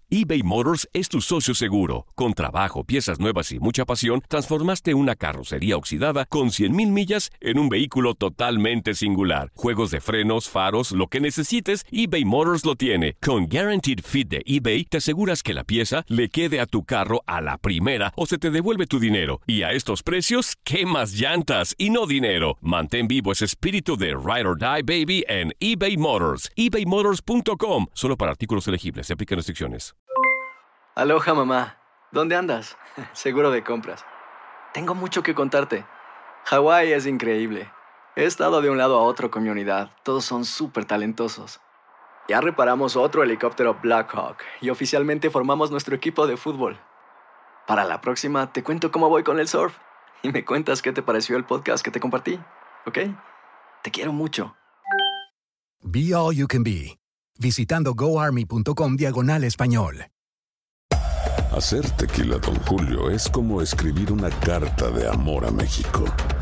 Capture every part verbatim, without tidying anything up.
eBay Motors es tu socio seguro. Con trabajo, piezas nuevas y mucha pasión, transformaste una carrocería oxidada con cien mil millas en un vehículo totalmente singular. Juegos de frenos, faros, lo que necesites, eBay Motors lo tiene. Con Guaranteed Fit de eBay, te aseguras que la pieza le quede a tu carro a la primera o se te devuelve tu dinero. Y a estos precios, ¿qué más llantas y no dinero? Mantén vivo ese espíritu de Ride or Die, baby, en eBay Motors. ebay motors punto com. Solo para artículos elegibles. Se aplican restricciones. Aloha, mamá. ¿Dónde andas? Seguro de compras. Tengo mucho que contarte. Hawái es increíble. He estado de un lado a otro con mi unidad. Todos son súper talentosos. Ya reparamos otro helicóptero Blackhawk y oficialmente formamos nuestro equipo de fútbol. Para la próxima te cuento cómo voy con el surf y me cuentas qué te pareció el podcast que te compartí, ¿ok? Te quiero mucho. Be All You Can Be, visitando goarmy.com diagonal español. Hacer tequila Don Julio es como escribir una carta de amor a México.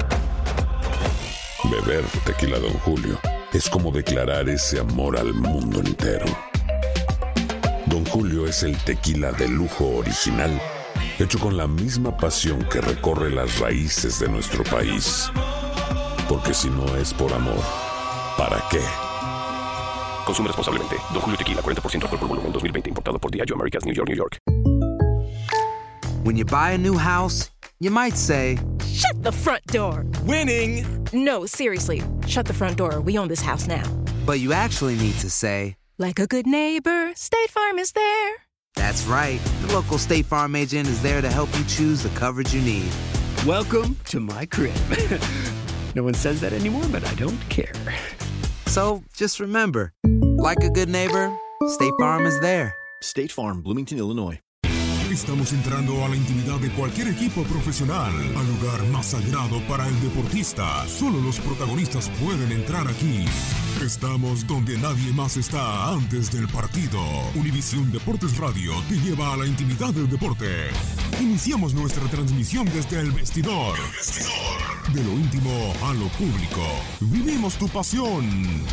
Beber tequila Don Julio es como declarar ese amor al mundo entero. Don Julio es el tequila de lujo original, hecho con la misma pasión que recorre las raíces de nuestro país. Porque si no es por amor, ¿para qué? Consume responsablemente. Don Julio Tequila, cuarenta por ciento alcohol por volumen, dos mil veinte. Importado por Diageo Americas, New York, New York. When you buy a new house, you might say, "Shut the front door." Winning! No, seriously. Shut the front door. We own this house now. But you actually need to say, like a good neighbor, State Farm is there. That's right. The local State Farm agent is there to help you choose the coverage you need. Welcome to my crib. No one says that anymore, but I don't care. So, just remember, like a good neighbor, State Farm is there. State Farm, Bloomington, Illinois. Estamos entrando a la intimidad de cualquier equipo profesional, al lugar más sagrado para el deportista. Solo los protagonistas pueden entrar aquí. Estamos donde nadie más está antes del partido. Univisión Deportes Radio te lleva a la intimidad del deporte. Iniciamos nuestra transmisión desde el vestidor. El vestidor. De lo íntimo a lo público. Vivimos tu pasión.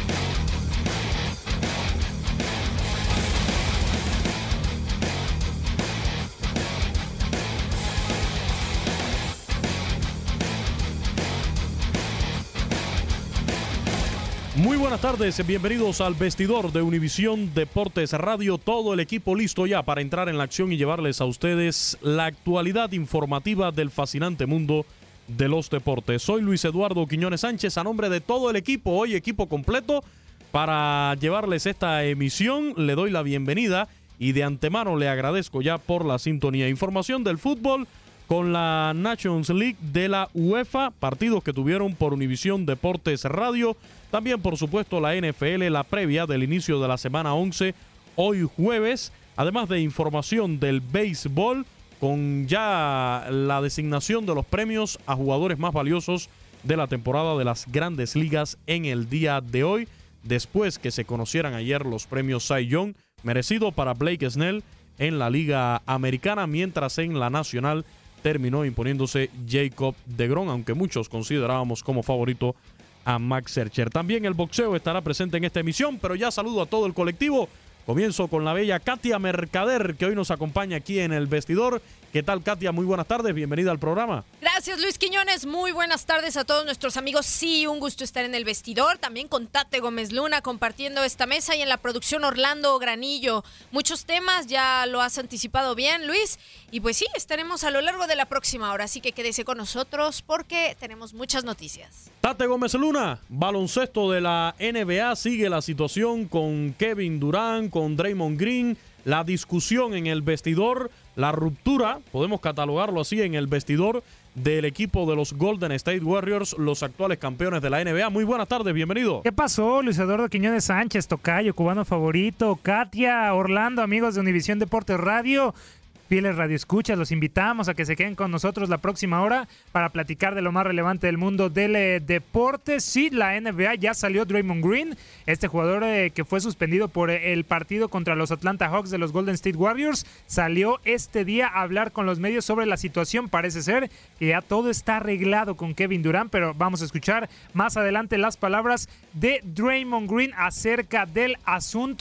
Muy buenas tardes, bienvenidos al vestidor de Univisión Deportes Radio. Todo el equipo listo ya para entrar en la acción y llevarles a ustedes la actualidad informativa del fascinante mundo de los deportes. Soy Luis Eduardo Quiñones Sánchez, a nombre de todo el equipo, hoy equipo completo, para llevarles esta emisión. Le doy la bienvenida y de antemano le agradezco ya por la sintonía. Información del fútbol con la Nations League de la UEFA, partidos que tuvieron por Univisión Deportes Radio. También, por supuesto, la N F L, la previa del inicio de la semana once, hoy jueves. Además de información del béisbol, con ya la designación de los premios a jugadores más valiosos de la temporada de las Grandes Ligas en el día de hoy, después que se conocieran ayer los premios Cy Young, merecido para Blake Snell en la Liga Americana, mientras en la Nacional terminó imponiéndose Jacob deGrom, aunque muchos considerábamos como favorito a Max Scherzer. También el boxeo estará presente en esta emisión, pero ya saludo a todo el colectivo. Comienzo con la bella Katia Mercader, que hoy nos acompaña aquí en el vestidor. ¿Qué tal, Katia? Muy buenas tardes, bienvenida al programa. Gracias, Luis Quiñones. Muy buenas tardes a todos nuestros amigos. Sí, un gusto estar en el vestidor. También con Tate Gómez Luna compartiendo esta mesa, y en la producción Orlando Granillo. Muchos temas, ya lo has anticipado bien, Luis. Y pues sí, estaremos a lo largo de la próxima hora, así que quédese con nosotros porque tenemos muchas noticias. Tate Gómez Luna, baloncesto de la N B A, sigue la situación con Kevin Durant, con Draymond Green, la discusión en el vestidor, la ruptura, podemos catalogarlo así, en el vestidor del equipo de los Golden State Warriors, los actuales campeones de la N B A. Muy buenas tardes, bienvenido. ¿Qué pasó, Luis Eduardo Quiñones Sánchez, tocayo, cubano favorito, Katia, Orlando, amigos de Univisión Deportes Radio? Fieles radioescuchas, los invitamos a que se queden con nosotros la próxima hora para platicar de lo más relevante del mundo del eh, deporte. Sí, la N B A ya salió Draymond Green, este jugador eh, que fue suspendido por eh, el partido contra los Atlanta Hawks de los Golden State Warriors, salió este día a hablar con los medios sobre la situación. Parece ser que ya todo está arreglado con Kevin Durant, pero vamos a escuchar más adelante las palabras de Draymond Green acerca del asunto.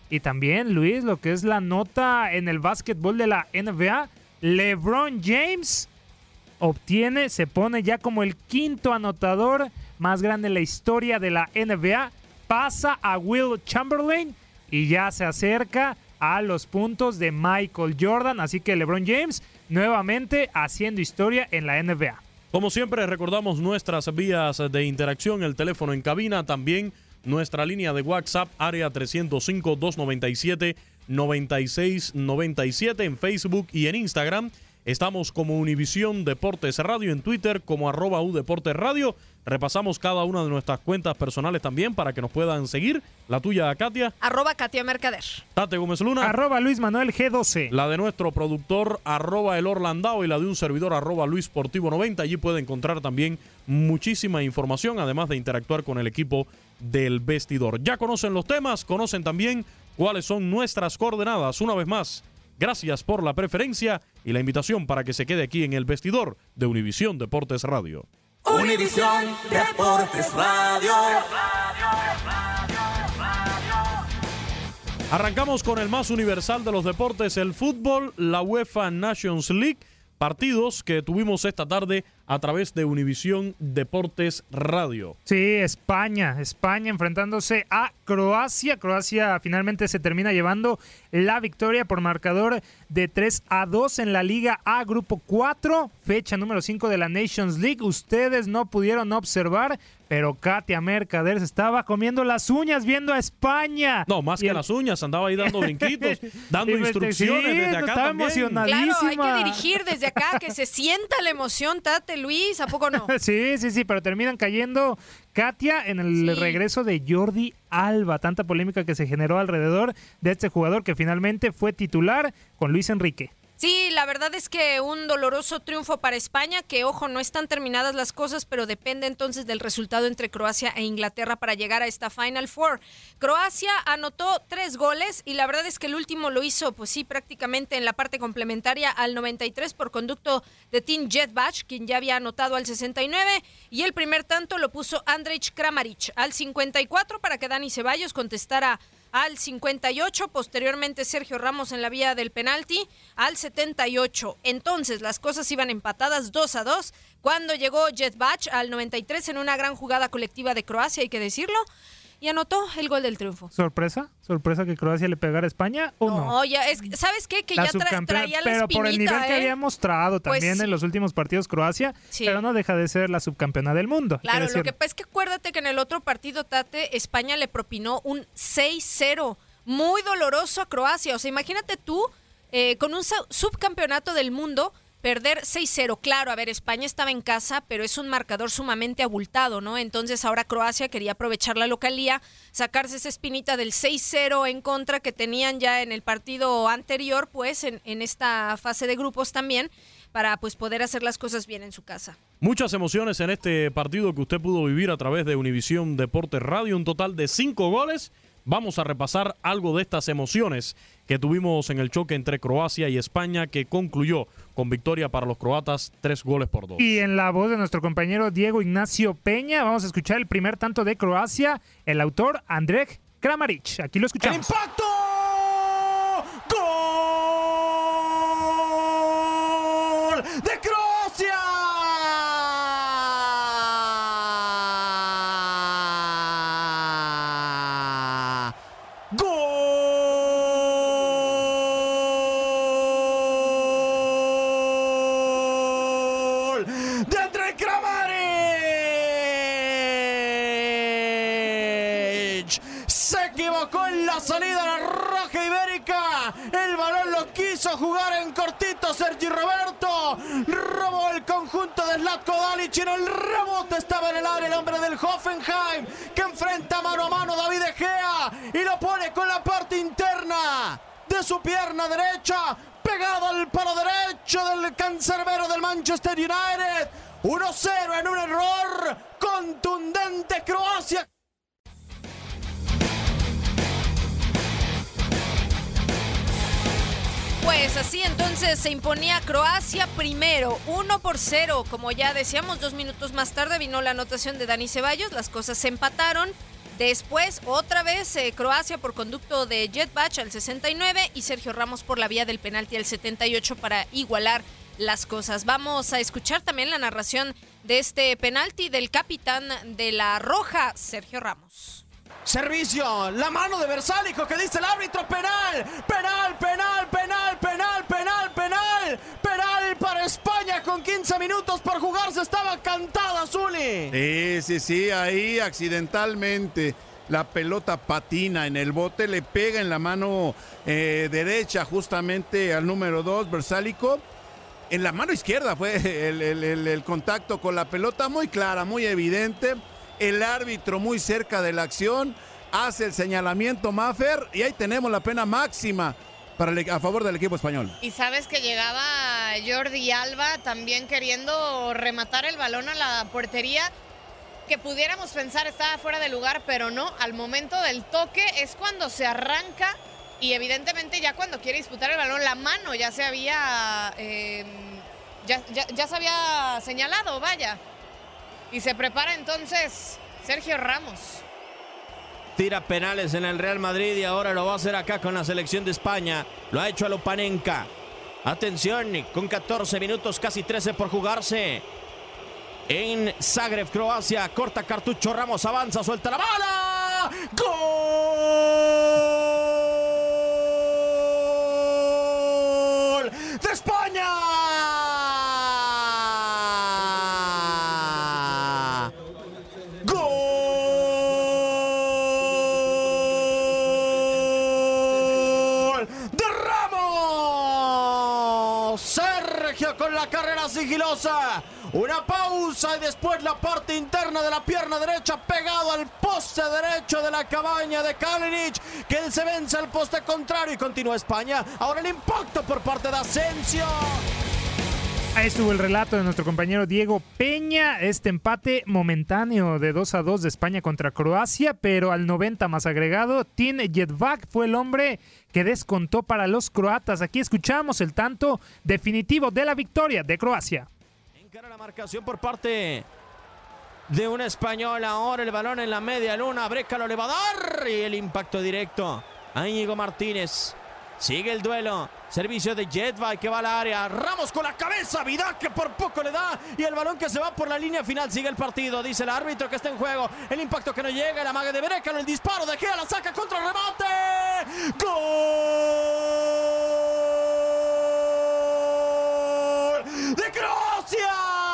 Y también, Luis, lo que es la nota en el básquetbol de la N B A, LeBron James obtiene, se pone ya como el quinto anotador más grande en la historia de la N B A, pasa a Will Chamberlain y ya se acerca a los puntos de Michael Jordan, así que LeBron James nuevamente haciendo historia en la N B A. Como siempre, recordamos nuestras vías de interacción, el teléfono en cabina, también nuestra línea de WhatsApp, área trescientos cinco, doscientos noventa y siete, noventa y seis noventa y siete, en Facebook y en Instagram. Estamos como Univisión Deportes Radio, en Twitter como arroba U Deportes Radio. Repasamos cada una de nuestras cuentas personales también para que nos puedan seguir. La tuya, Katia. Arroba Katia Mercader. Tate Gómez Luna. Arroba Luis Manuel G doce. La de nuestro productor, arroba El Orlandao, y la de un servidor, arroba Luis Sportivo noventa. Allí puede encontrar también muchísima información, además de interactuar con el equipo del Vestidor. Ya conocen los temas, conocen también cuáles son nuestras coordenadas. Una vez más, gracias por la preferencia y la invitación para que se quede aquí en el Vestidor de Univisión Deportes Radio. Univisión Deportes Radio. Arrancamos con el más universal de los deportes, el fútbol, la UEFA Nations League. Partidos que tuvimos esta tarde a través de Univisión Deportes Radio. Sí, España, España enfrentándose a Croacia. Croacia finalmente se termina llevando la victoria por marcador de tres a dos en la Liga A, Grupo cuatro, fecha número cinco de la Nations League. Ustedes no pudieron observar, pero Katia Mercader se estaba comiendo las uñas viendo a España. No, más y que el... las uñas, andaba ahí dando brinquitos, dando y instrucciones sí, desde acá estaba también. emocionadísima. Claro, hay que dirigir desde acá, que se sienta la emoción, Tate, Luis, ¿a poco no? Sí, sí, sí, pero terminan cayendo, Katia, en el sí. regreso de Jordi Alba. Tanta polémica que se generó alrededor de este jugador que finalmente fue titular con Luis Enrique. Sí, la verdad es que un doloroso triunfo para España, que ojo, no están terminadas las cosas, pero depende entonces del resultado entre Croacia e Inglaterra para llegar a esta Final Four. Croacia anotó tres goles y la verdad es que el último lo hizo, pues sí, prácticamente en la parte complementaria al noventa y tres por conducto de Tim Jedvac, quien ya había anotado al sesenta y nueve, y el primer tanto lo puso Andrej Kramaric al cincuenta y cuatro para que Dani Ceballos contestara al cincuenta y ocho, posteriormente Sergio Ramos en la vía del penalti al setenta y ocho. Entonces las cosas iban empatadas dos a dos cuando llegó Jedvac al noventa y tres en una gran jugada colectiva de Croacia, hay que decirlo, y anotó el gol del triunfo. ¿Sorpresa? ¿Sorpresa que Croacia le pegara a España o no? No, ya es, ¿sabes qué? Que la ya tra- traía la pero espinita, por el nivel ¿eh? que había mostrado también pues, en los últimos partidos Croacia, sí. pero no deja de ser la subcampeona del mundo. Claro, lo que pasa es que acuérdate que en el otro partido, Tate, España le propinó un seis cero. Muy doloroso a Croacia. O sea, imagínate tú, eh, con un subcampeonato del mundo, perder seis cero. Claro, a ver, España estaba en casa, pero es un marcador sumamente abultado, ¿no? Entonces ahora Croacia quería aprovechar la localía, sacarse esa espinita del seis cero en contra que tenían ya en el partido anterior, pues, en, en esta fase de grupos también, para pues poder hacer las cosas bien en su casa. Muchas emociones en este partido que usted pudo vivir a través de Univisión Deportes Radio, un total de cinco goles. Vamos a repasar algo de estas emociones que tuvimos en el choque entre Croacia y España, que concluyó con victoria para los croatas, tres goles por dos. Y en la voz de nuestro compañero Diego Ignacio Peña, vamos a escuchar el primer tanto de Croacia, el autor Andrej Kramaric. Aquí lo escuchamos. ¡El impacto! ¡Gol de Croacia! Salida a la roja ibérica, el balón lo quiso jugar en cortito Sergi Roberto, robó el conjunto de Zlatko Dalic y en el rebote estaba en el área el hombre del Hoffenheim que enfrenta mano a mano a David De Gea y lo pone con la parte interna de su pierna derecha, pegado al palo derecho del cancerbero del Manchester United. uno cero en un error contundente Croacia. Pues así entonces se imponía Croacia primero, uno por cero. Como ya decíamos, dos minutos más tarde vino la anotación de Dani Ceballos, las cosas se empataron. Después, otra vez, eh, Croacia por conducto de Jetbach al sesenta y nueve y Sergio Ramos por la vía del penalti al setenta y ocho para igualar las cosas. Vamos a escuchar también la narración de este penalti del capitán de la Roja, Sergio Ramos. Servicio, la mano de Versálico que dice el árbitro, penal, penal, penal, penal, penal, penal, penal, penal para España con quince minutos por jugarse, estaba cantada, Zuli. Sí, sí, sí, ahí accidentalmente la pelota patina en el bote, le pega en la mano eh, derecha justamente al número dos, Versálico. En la mano izquierda fue el, el, el, el contacto con la pelota, muy clara, muy evidente. El árbitro muy cerca de la acción, hace el señalamiento Maffer y ahí tenemos la pena máxima para el, a favor del equipo español. Y sabes que llegaba Jordi Alba también queriendo rematar el balón a la portería, que pudiéramos pensar estaba fuera de lugar, pero no, al momento del toque es cuando se arranca y evidentemente ya cuando quiere disputar el balón, la mano ya se había, eh, ya, ya, ya se había señalado, vaya. Y se prepara entonces Sergio Ramos. Tira penales en el Real Madrid y ahora lo va a hacer acá con la selección de España. Lo ha hecho a Lopanenka. Atención, con catorce minutos, casi trece por jugarse. En Zagreb, Croacia, corta cartucho, Ramos avanza, suelta la bala. ¡Gol de España! Con la carrera sigilosa, una pausa y después la parte interna de la pierna derecha pegado al poste derecho de la cabaña de Kalinic, que se vence al poste contrario y continúa España. Ahora el impacto por parte de Asensio. Ahí estuvo el relato de nuestro compañero Diego Peña, este empate momentáneo de dos a dos de España contra Croacia, pero al noventa más agregado, Tin Jetbach fue el hombre que descontó para los croatas. Aquí escuchamos el tanto definitivo de la victoria de Croacia. Encara la marcación por parte de un español, ahora el balón en la media luna, Brécalo le va a dar y el impacto directo a Íñigo Martínez. Sigue el duelo, servicio de Jetbach que va al área, Ramos con la cabeza, Vidal que por poco le da y el balón que se va por la línea final. Sigue el partido, dice el árbitro que está en juego, el impacto que no llega, el amague de Brécalo, el disparo de Gea, la saca contra el remate. ¡Gol de Croacia!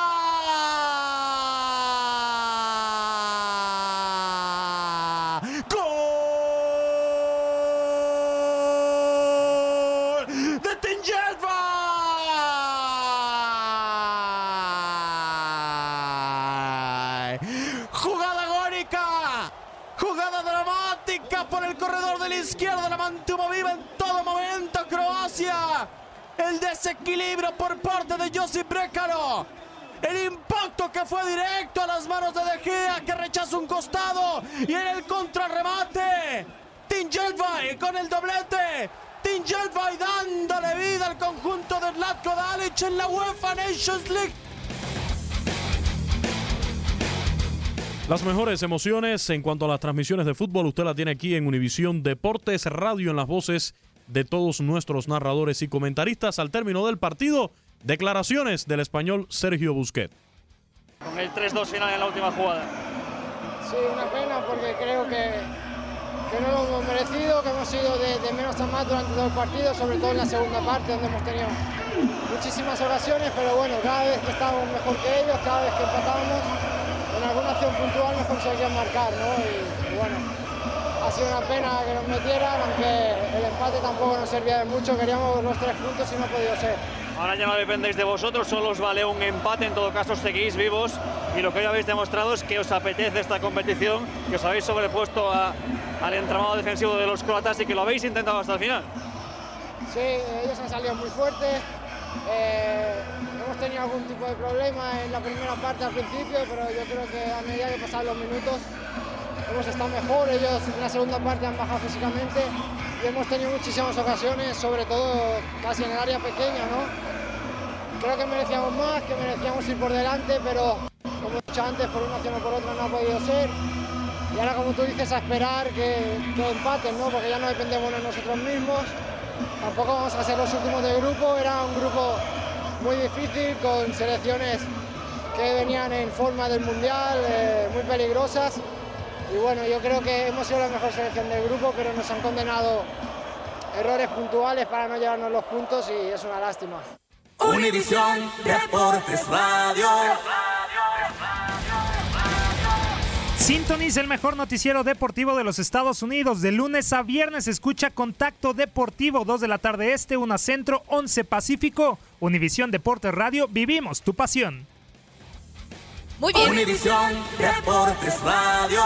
Jugada agónica, jugada dramática por el corredor de la izquierda, la mantuvo viva en todo momento Croacia. El desequilibrio por parte de Josip Brécalo, el impacto que fue directo a las manos de De Gea, que rechaza un costado, y en el contrarremate Tin Jetbach con el doblete. Tin Jetbach dándole vida al conjunto de Zlatko Dalic en la UEFA Nations League. Las mejores emociones en cuanto a las transmisiones de fútbol, usted la tiene aquí en Univisión Deportes Radio, en las voces de todos nuestros narradores y comentaristas. Al término del partido, declaraciones del español Sergio Busquets. Con el tres dos final en la última jugada. Sí, una pena porque creo que, que no lo hemos merecido, que hemos ido de, de menos a más durante todo el partido, sobre todo en la segunda parte, donde hemos tenido muchísimas ocasiones, pero bueno, cada vez que estábamos mejor que ellos, cada vez que empatábamos, en alguna acción puntual nos conseguían marcar, ¿no? Y, y bueno, ha sido una pena que nos metieran, aunque el empate tampoco nos servía de mucho, queríamos los tres puntos y no ha podido ser. Ahora ya no dependéis de vosotros, solo os vale un empate, en todo caso seguís vivos y lo que hoy habéis demostrado es que os apetece esta competición, que os habéis sobrepuesto a, al entramado defensivo de los croatas y que lo habéis intentado hasta el final. Sí, ellos han salido muy fuertes. Eh, hemos tenido algún tipo de problema en la primera parte al principio, pero yo creo que a medida que pasan los minutos hemos estado mejor. Ellos en la segunda parte han bajado físicamente y hemos tenido muchísimas ocasiones, sobre todo casi en el área pequeña, ¿no? Creo que merecíamos más, que merecíamos ir por delante, pero como he dicho antes, por una acción o por otra no ha podido ser. y ahora, como tú dices, a esperar que, que empaten, ¿no? Porque ya no dependemos de nosotros mismos. Tampoco vamos a ser los últimos de grupo. Era un grupo muy difícil, con selecciones que venían en forma del Mundial, eh, muy peligrosas. Y bueno, yo creo que hemos sido la mejor selección del grupo, pero nos han condenado errores puntuales para no llevarnos los puntos y es una lástima. Univisión Deportes Radio. Sintoniza el mejor noticiero deportivo de los Estados Unidos. De lunes a viernes escucha Contacto Deportivo, dos de la tarde este, una centro, once pacífico. Univisión Deportes Radio, vivimos tu pasión. Muy bien. Univisión Deportes Radio.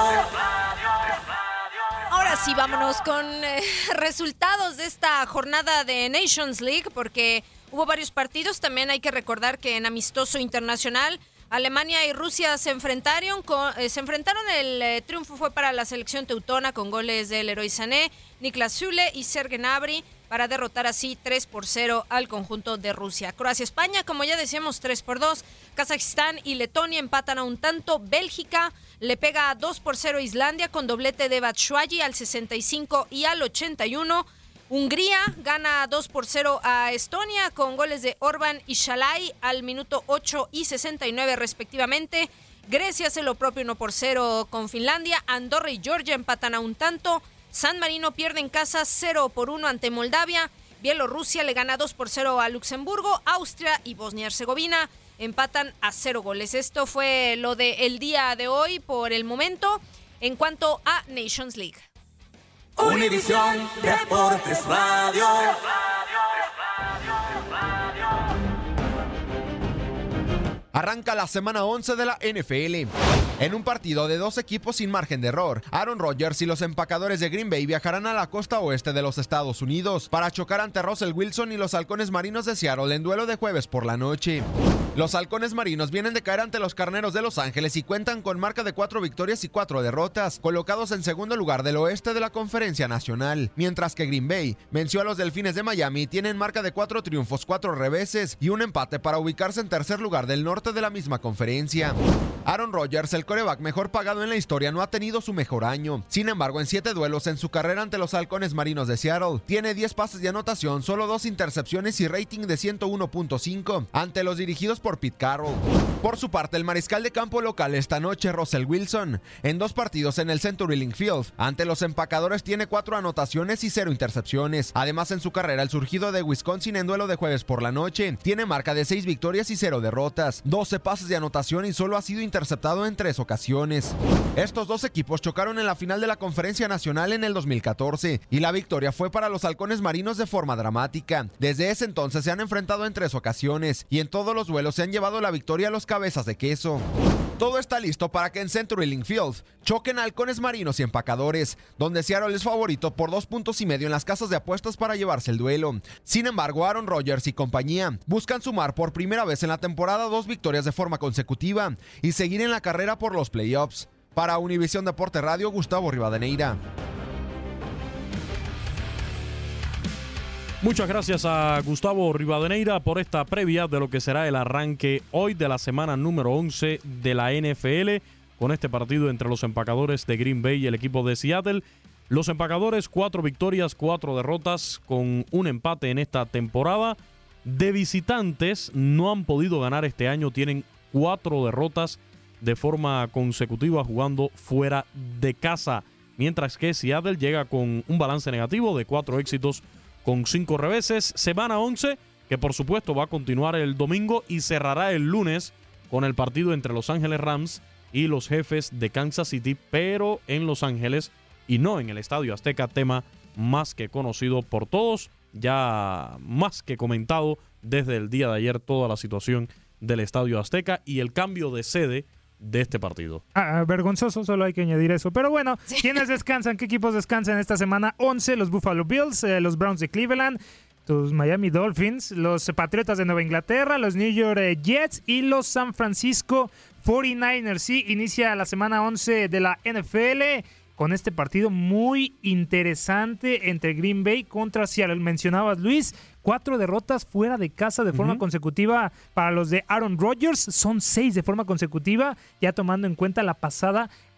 Ahora sí, vámonos con eh, resultados de esta jornada de Nations League, porque hubo varios partidos. También hay que recordar que en amistoso internacional Alemania y Rusia se enfrentaron. Con, eh, se enfrentaron. El eh, triunfo fue para la selección teutona con goles de Leroy Sané, Niklas Süle y Serge Gnabry para derrotar así tres por cero al conjunto de Rusia. Croacia-España, como ya decíamos, tres por dos. Kazajistán y Letonia empatan a un tanto. Bélgica le pega dos por cero a Islandia con doblete de Batshuayi al sesenta y cinco y al ochenta y uno. Hungría gana dos por cero a Estonia con goles de Orban y Shalai al minuto ocho y sesenta y nueve respectivamente. Grecia hace lo propio uno por cero con Finlandia. Andorra y Georgia empatan a un tanto. San Marino pierde en casa cero por uno ante Moldavia. Bielorrusia le gana dos por cero a Luxemburgo. Austria y Bosnia y Herzegovina empatan a cero goles. Esto fue lo del día de hoy por el momento en cuanto a Nations League. Univisión Deportes Radio. Arranca la semana once de la N F L. En un partido de dos equipos sin margen de error, Aaron Rodgers y los empacadores de Green Bay viajarán a la costa oeste de los Estados Unidos para chocar ante Russell Wilson y los halcones marinos de Seattle en duelo de jueves por la noche. Los halcones marinos vienen de caer ante los carneros de Los Ángeles y cuentan con marca de cuatro victorias y cuatro derrotas, colocados en segundo lugar del oeste de la Conferencia Nacional, mientras que Green Bay venció a los Delfines de Miami y tienen marca de cuatro triunfos, cuatro reveses y un empate para ubicarse en tercer lugar del norte de la misma conferencia. Aaron Rodgers, el quarterback mejor pagado en la historia, no ha tenido su mejor año. Sin embargo, en siete duelos en su carrera ante los halcones marinos de Seattle, tiene diez pases de anotación, solo dos intercepciones y rating de ciento uno punto cinco ante los dirigidos por Pete Carroll. Por su parte, el mariscal de campo local esta noche, Russell Wilson, en dos partidos en el CenturyLink Field, ante los empacadores tiene cuatro anotaciones y cero intercepciones. Además, en su carrera, el surgido de Wisconsin en duelo de jueves por la noche, tiene marca de seis victorias y cero derrotas, doce pases de anotación y solo ha sido interceptado en tres ocasiones. Estos dos equipos chocaron en la final de la Conferencia Nacional en el dos mil catorce y la victoria fue para los halcones marinos de forma dramática. Desde ese entonces se han enfrentado en tres ocasiones y en todos los duelos se han llevado la victoria a los cabezas de queso. Todo está listo para que en CenturyLink Field choquen halcones marinos y empacadores, donde Seattle es favorito por dos puntos y medio en las casas de apuestas para llevarse el duelo. Sin embargo, Aaron Rodgers y compañía buscan sumar por primera vez en la temporada dos victorias de forma consecutiva y seguir en la carrera por los playoffs. Para Univisión Deporte Radio, Gustavo Rivadeneira. Muchas gracias a Gustavo Rivadeneira por esta previa de lo que será el arranque hoy de la semana número once de la N F L, con este partido entre los empacadores de Green Bay y el equipo de Seattle. Los empacadores, cuatro victorias, cuatro derrotas, con un empate en esta temporada. De visitantes, no han podido ganar este año, tienen cuatro derrotas de forma consecutiva jugando fuera de casa, mientras que Seattle llega con un balance negativo de cuatro éxitos con cinco reveses. Semana once, que por supuesto va a continuar el domingo y cerrará el lunes con el partido entre Los Ángeles Rams y los Jefes de Kansas City, pero en Los Ángeles y no en el Estadio Azteca, tema más que conocido por todos, ya más que comentado desde el día de ayer, toda la situación del Estadio Azteca y el cambio de sede de este partido. Ah, vergonzoso, solo hay que añadir eso. Pero bueno, sí. ¿Quiénes descansan? ¿Qué equipos descansan esta semana? once, los Buffalo Bills, eh, los Browns de Cleveland, tus Miami Dolphins, los Patriotas de Nueva Inglaterra, los New York eh, Jets y los San Francisco cuarenta y nueve ers. Sí, inicia la semana once de la N F L con este partido muy interesante entre Green Bay contra Seattle. Mencionabas, Luis, cuatro derrotas fuera de casa de forma uh-huh. consecutiva para los de Aaron Rodgers. Son seis de forma consecutiva, ya tomando en cuenta la pasada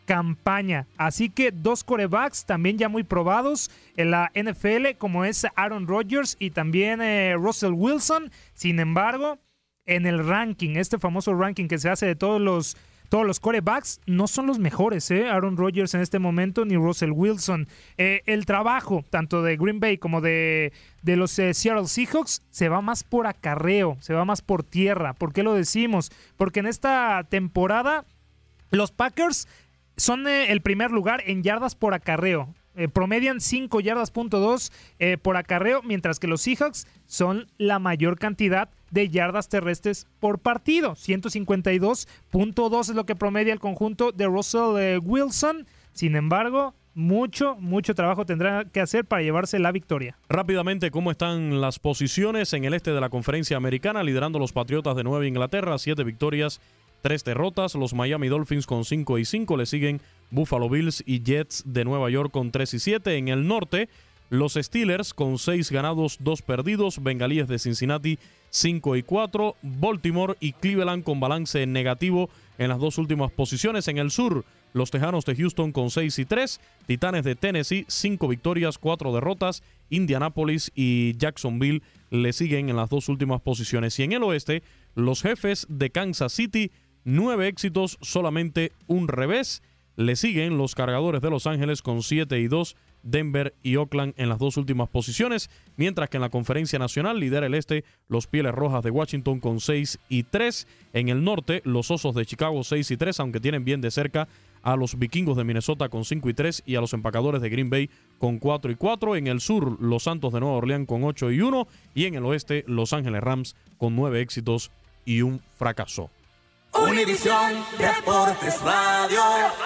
campaña. Así que dos quarterbacks también ya muy probados en la N F L, como es Aaron Rodgers y también eh, Russell Wilson. Sin embargo, en el ranking, este famoso ranking que se hace de todos los Todos los quarterbacks no son los mejores, ¿eh? Aaron Rodgers en este momento ni Russell Wilson. Eh, el trabajo, tanto de Green Bay como de, de los eh, Seattle Seahawks, se va más por acarreo, se va más por tierra. ¿Por qué lo decimos? Porque en esta temporada los Packers son eh, el primer lugar en yardas por acarreo. Eh, promedian cinco yardas punto dos eh, por acarreo, mientras que los Seahawks son la mayor cantidad de yardas terrestres por partido. ciento cincuenta y dos punto dos es lo que promedia el conjunto de Russell eh, Wilson. Sin embargo, mucho, mucho trabajo tendrá que hacer para llevarse la victoria. Rápidamente, ¿cómo están las posiciones en el este de la conferencia americana? Liderando los Patriotas de Nueva Inglaterra, siete victorias, tres derrotas. Los Miami Dolphins con cinco y cinco. Le siguen Buffalo Bills y Jets de Nueva York con tres y siete. En el norte, los Steelers con seis ganados, dos perdidos. Bengalíes de Cincinnati cinco y cuatro. Baltimore y Cleveland con balance negativo en las dos últimas posiciones. En el sur, los Tejanos de Houston con seis y tres. Titanes de Tennessee, cinco victorias, cuatro derrotas. Indianapolis y Jacksonville le siguen en las dos últimas posiciones. Y en el oeste, los Jefes de Kansas City, nueve éxitos, solamente un revés. Le siguen los Cargadores de Los Ángeles con siete y dos, Denver y Oakland en las dos últimas posiciones, mientras que en la Conferencia Nacional lidera el este los Pieles Rojas de Washington con seis y tres. En el norte, los Osos de Chicago seis y tres, aunque tienen bien de cerca a los Vikingos de Minnesota con cinco y tres y a los Empacadores de Green Bay con cuatro y cuatro. En el sur, los Santos de Nueva Orleans con ocho y uno, y en el oeste, Los Ángeles Rams con nueve éxitos y un fracaso. Univisión Deportes Radio.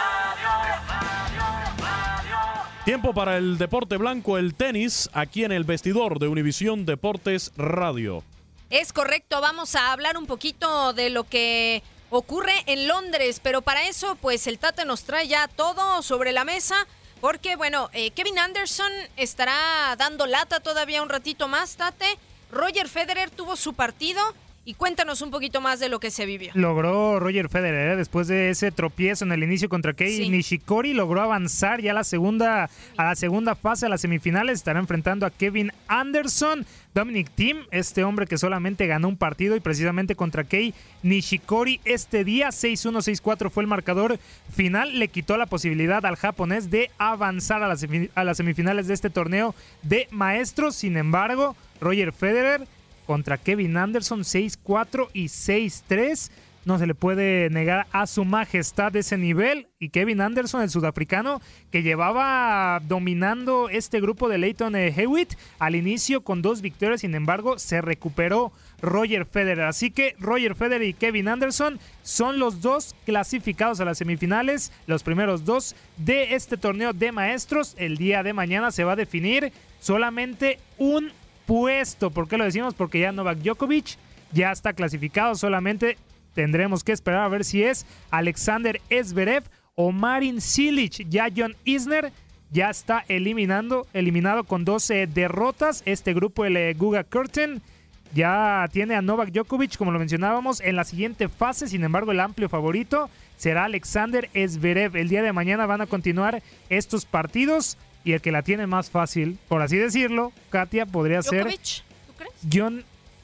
Tiempo para el deporte blanco, el tenis, aquí en el vestidor de Univisión Deportes Radio. Es correcto, vamos a hablar un poquito de lo que ocurre en Londres, pero para eso, pues el Tate nos trae ya todo sobre la mesa, porque, bueno, eh, Kevin Anderson estará dando lata todavía un ratito más, Tate. Roger Federer tuvo su partido. Y cuéntanos un poquito más de lo que se vivió. Logró Roger Federer, ¿eh? Después de ese tropiezo en el inicio contra Kei sí. Nishikori, logró avanzar ya a la segunda a la segunda fase, a las semifinales. Estará enfrentando a Kevin Anderson. Dominic Thiem, este hombre que solamente ganó un partido y precisamente contra Kei Nishikori este día, seis uno, seis cuatro fue el marcador final. Le quitó la posibilidad al japonés de avanzar a las, a las semifinales de este torneo de maestros. Sin embargo, Roger Federer contra Kevin Anderson, seis cuatro y seis tres. No se le puede negar a su majestad ese nivel. Y Kevin Anderson, el sudafricano, que llevaba dominando este grupo de Lleyton Hewitt al inicio con dos victorias. Sin embargo, se recuperó Roger Federer. Así que Roger Federer y Kevin Anderson son los dos clasificados a las semifinales, los primeros dos de este torneo de maestros. El día de mañana se va a definir solamente un puesto. ¿Por qué lo decimos? Porque ya Novak Djokovic ya está clasificado. Solamente tendremos que esperar a ver si es Alexander Zverev o Marin Cilic. Ya John Isner ya está eliminando, eliminado con doce derrotas. Este grupo, el eh, Guga Curtin, ya tiene a Novak Djokovic, como lo mencionábamos, en la siguiente fase. Sin embargo, el amplio favorito será Alexander Zverev. El día de mañana van a continuar estos partidos. Y el que la tiene más fácil, por así decirlo, Katia, podría Djokovic, ser ¿tú crees? John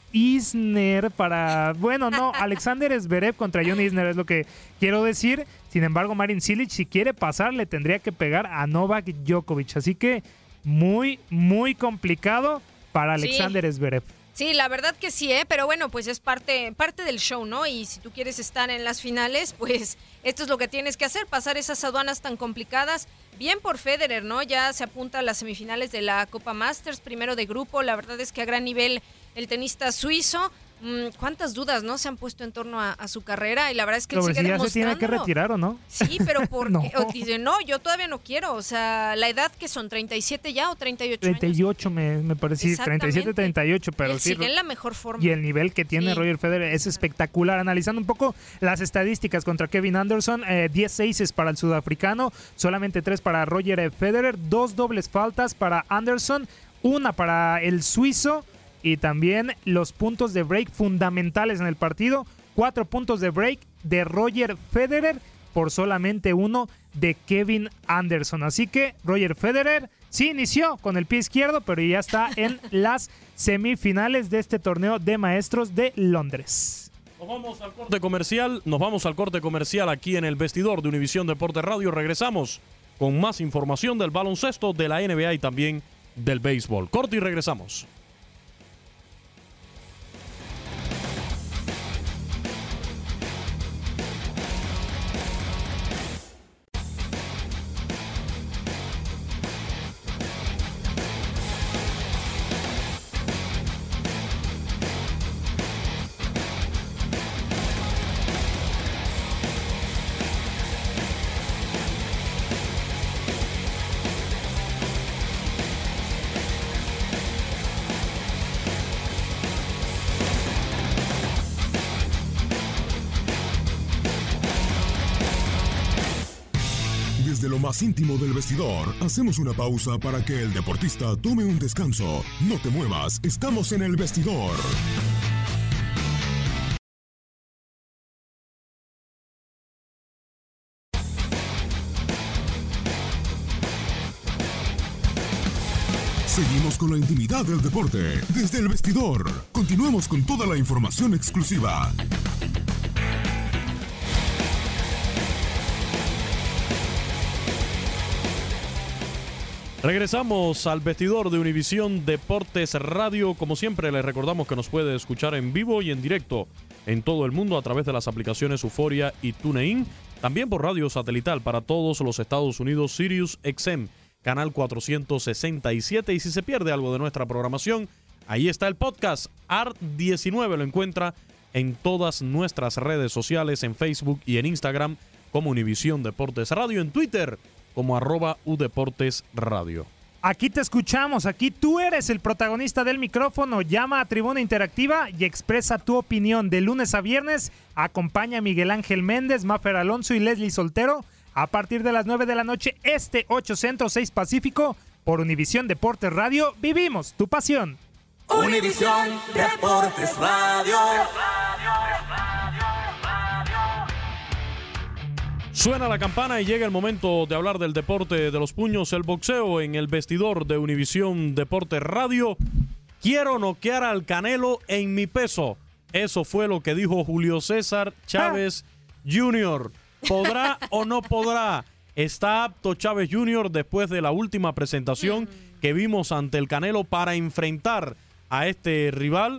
Isner para... Bueno, no, Alexander Zverev contra John Isner es lo que quiero decir. Sin embargo, Marin Cilic, si quiere pasar, le tendría que pegar a Novak Djokovic. Así que muy, muy complicado para Alexander sí. Zverev. Sí, la verdad que sí, ¿eh? Pero bueno, pues es parte, parte del show, ¿no? Y si tú quieres estar en las finales, pues esto es lo que tienes que hacer, pasar esas aduanas tan complicadas. Bien por Federer, ¿no? Ya se apunta a las semifinales de la Copa Masters, primero de grupo. La verdad es que a gran nivel el tenista suizo. ¿Cuántas dudas, no? Se han puesto en torno a, a su carrera y la verdad es que él sigue si ya demostrándolo. Se tiene que retirar, ¿o no? Sí, pero ¿por no. qué? O dice, no, yo todavía no quiero. O sea, la edad que son, ¿treinta y siete ya o treinta y ocho treinta y ocho años? me, me parece, treinta y siete, treinta y ocho, pero él sí. sigue en la mejor forma. Y el nivel que tiene sí. Roger Federer es espectacular. Analizando un poco las estadísticas contra Kevin Anderson, eh, diez aces para el sudafricano, solamente tres para Roger Federer, dos dobles faltas para Anderson, una para el suizo. Y también los puntos de break fundamentales en el partido. Cuatro puntos de break de Roger Federer. por solamente uno de Kevin Anderson. Así que Roger Federer sí inició con el pie izquierdo, pero ya está en las semifinales de este torneo de maestros de Londres. Nos vamos al corte comercial, nos vamos al corte comercial aquí en el vestidor de Univisión Deportes Radio. Regresamos con más información del baloncesto, de la N B A y también del béisbol. Corte y regresamos. Desde lo más íntimo del vestidor, hacemos una pausa para que el deportista tome un descanso. No te muevas, estamos en el vestidor. Seguimos con la intimidad del deporte desde el vestidor. Continuamos con toda la información exclusiva. Regresamos al vestidor de Univisión Deportes Radio. Como siempre, les recordamos que nos puede escuchar en vivo y en directo en todo el mundo a través de las aplicaciones Euforia y TuneIn. También por radio satelital para todos los Estados Unidos, Sirius X M, canal cuatrocientos sesenta y siete. Y si se pierde algo de nuestra programación, ahí está el podcast. A R diecinueve lo encuentra en todas nuestras redes sociales, en Facebook y en Instagram como Univisión Deportes Radio, en Twitter como arroba Udeportes Radio. Aquí te escuchamos, aquí tú eres el protagonista del micrófono. Llama a Tribuna Interactiva y expresa tu opinión. De lunes a viernes, acompaña a Miguel Ángel Méndez, Mafer Alonso y Leslie Soltero a partir de las nueve de la noche, este ocho Centro, seis Pacífico, por Univisión Deportes Radio. Vivimos tu pasión. Univisión Deportes Radio. Suena la campana y llega el momento de hablar del deporte de los puños, el boxeo, en el vestidor de Univisión Deportes Radio. Quiero noquear al Canelo en mi peso. Eso fue lo que dijo Julio César Chávez junior ¿Podrá o no podrá? ¿Está apto Chávez junior después de la última presentación que vimos ante el Canelo para enfrentar a este rival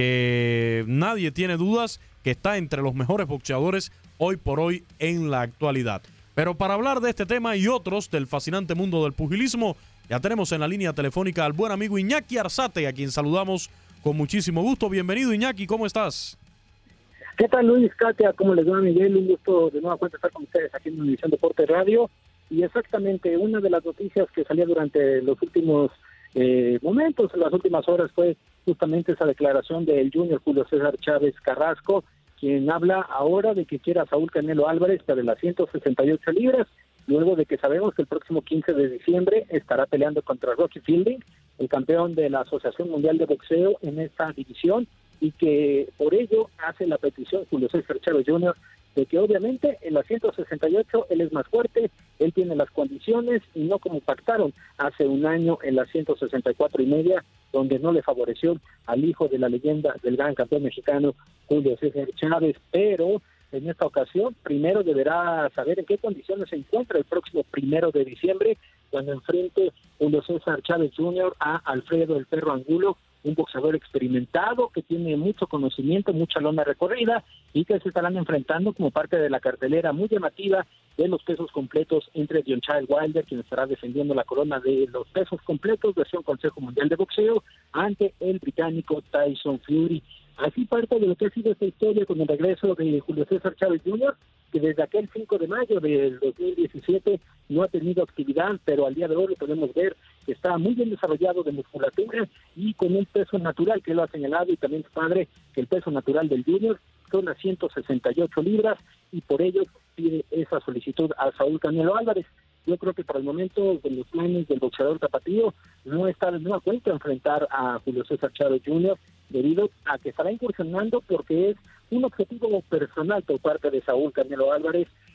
que nadie tiene dudas que está entre los mejores boxeadores hoy por hoy en la actualidad? Pero para hablar de este tema y otros del fascinante mundo del pugilismo, ya tenemos en la línea telefónica al buen amigo Iñaki Arzate, a quien saludamos con muchísimo gusto. Bienvenido, Iñaki, ¿cómo estás? ¿Qué tal, Luis, Katia? ¿Cómo les va, Miguel? Un gusto de nueva cuenta estar con ustedes aquí en Univisión Deportes Radio. Y exactamente, una de las noticias que salía durante los últimos eh, momentos, en las últimas horas, fue justamente esa declaración del junior Julio César Chávez Carrasco, quien habla ahora de que quiere a Saúl Canelo Álvarez para las ciento sesenta y ocho libras, luego de que sabemos que el próximo quince de diciembre estará peleando contra Rocky Fielding, el campeón de la Asociación Mundial de Boxeo en esta división, y que por ello hace la petición Julio César Chávez junior de que obviamente en las ciento sesenta y ocho él es más fuerte, él tiene las condiciones, y no como pactaron hace un año en las ciento sesenta y cuatro y media, donde no le favoreció al hijo de la leyenda del gran campeón mexicano Julio César Chávez. Pero en esta ocasión primero deberá saber en qué condiciones se encuentra el próximo primero de diciembre, cuando enfrente Julio César Chávez junior a Alfredo el Perro Angulo, un boxeador experimentado que tiene mucho conocimiento, mucha lona recorrida, y que se estarán enfrentando como parte de la cartelera muy llamativa de los pesos completos entre John Child Wilder, quien estará defendiendo la corona de los pesos completos, versión Consejo Mundial de Boxeo, ante el británico Tyson Fury. Así parte de lo que ha sido esta historia con el regreso de Julio César Chávez junior, que desde aquel cinco de mayo del dos mil diecisiete no ha tenido actividad, pero al día de hoy lo podemos ver que está muy bien desarrollado de musculatura y con un peso natural, que lo ha señalado, y también su padre, que el peso natural del junior son las ciento sesenta y ocho libras, y por ello pide esa solicitud a Saúl Canelo Álvarez. Yo creo que para el momento de los planes del boxeador tapatío no está de nueva cuenta enfrentar a Julio César Chávez junior, debido a que estará incursionando porque es un objetivo personal por parte de Saúl Canelo Álvarez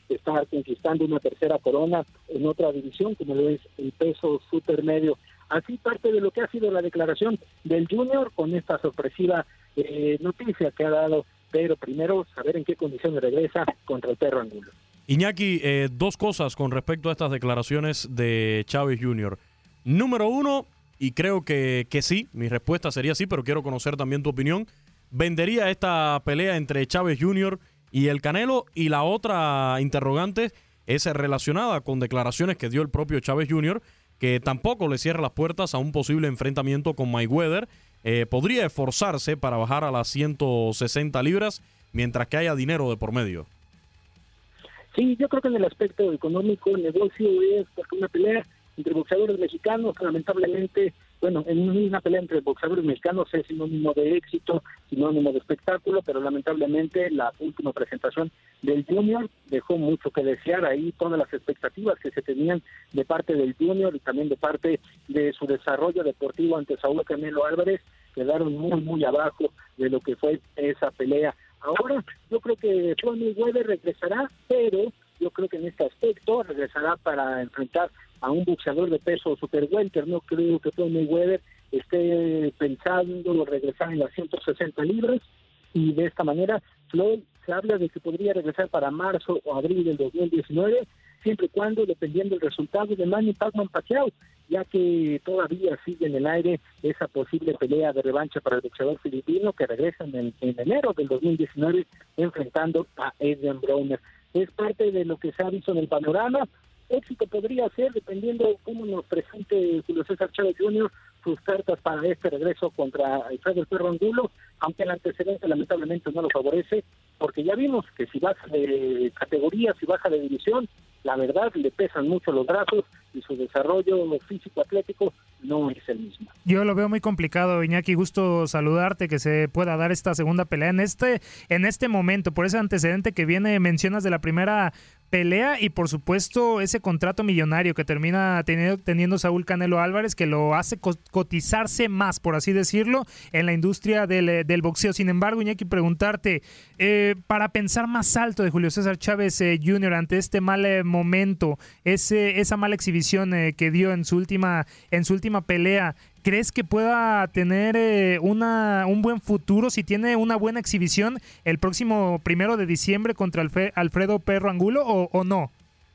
estar conquistando una tercera corona en otra división, como lo es el peso supermedio. Así parte de lo que ha sido la declaración del Junior con esta sorpresiva eh, noticia que ha dado, pero primero saber en qué condiciones regresa contra el Perro Angulo. Iñaki, eh, dos cosas con respecto a estas declaraciones de Chávez junior Número uno, y creo que, que sí, mi respuesta sería sí, pero quiero conocer también tu opinión. ¿Vendería esta pelea entre Chávez junior y el Canelo? Y la otra interrogante es relacionada con declaraciones que dio el propio Chávez junior, que tampoco le cierra las puertas a un posible enfrentamiento con Mayweather. Eh, podría esforzarse para bajar a las ciento sesenta libras mientras que haya dinero de por medio. Sí, yo creo que en el aspecto económico, el negocio es porque una pelea entre boxeadores mexicanos, lamentablemente, bueno, en una pelea entre boxeadores mexicanos es sinónimo de éxito, sinónimo de espectáculo, pero lamentablemente la última presentación del Junior dejó mucho que desear. Ahí todas las expectativas que se tenían de parte del Junior y también de parte de su desarrollo deportivo ante Saúl Canelo Álvarez quedaron muy, muy abajo de lo que fue esa pelea. Ahora, yo creo que Floyd Mayweather regresará, pero yo creo que en este aspecto regresará para enfrentar a un boxeador de peso super welter. No creo que Floyd Mayweather esté pensando regresar en las ciento sesenta libras, y de esta manera Floyd se habla de que podría regresar para marzo o abril del dos mil diecinueve, siempre y cuando, dependiendo del resultado de Manny Pacquiao Pacquiao, ya que todavía sigue en el aire esa posible pelea de revancha para el boxeador filipino que regresa en, en enero del dos mil diecinueve enfrentando a Adrian Broner. Es parte de lo que se ha visto en el panorama. Éxito podría ser, dependiendo de cómo nos presente Julio César Chávez junior sus cartas para este regreso contra Alfredo el Perro Angulo, aunque el antecedente lamentablemente no lo favorece, porque ya vimos que si baja de categoría, si baja de división, la verdad le pesan mucho los brazos y su desarrollo físico-atlético no es el mismo. Yo lo veo muy complicado, Iñaki, gusto saludarte, que se pueda dar esta segunda pelea en este, en este momento, por ese antecedente que viene, mencionas de la primera pelea y por supuesto ese contrato millonario que termina teniendo, teniendo Saúl Canelo Álvarez, que lo hace co- cotizarse más, por así decirlo, en la industria del, del boxeo. Sin embargo, Iñaki, preguntarte, eh, para pensar más alto de Julio César Chávez eh, junior ante este mal eh, momento, ese, esa mala exhibición eh, que dio en su última, en su última pelea, ¿crees que pueda tener eh, una, un buen futuro si tiene una buena exhibición el próximo primero de diciembre contra Alfe, Alfredo Perro Angulo o, o no?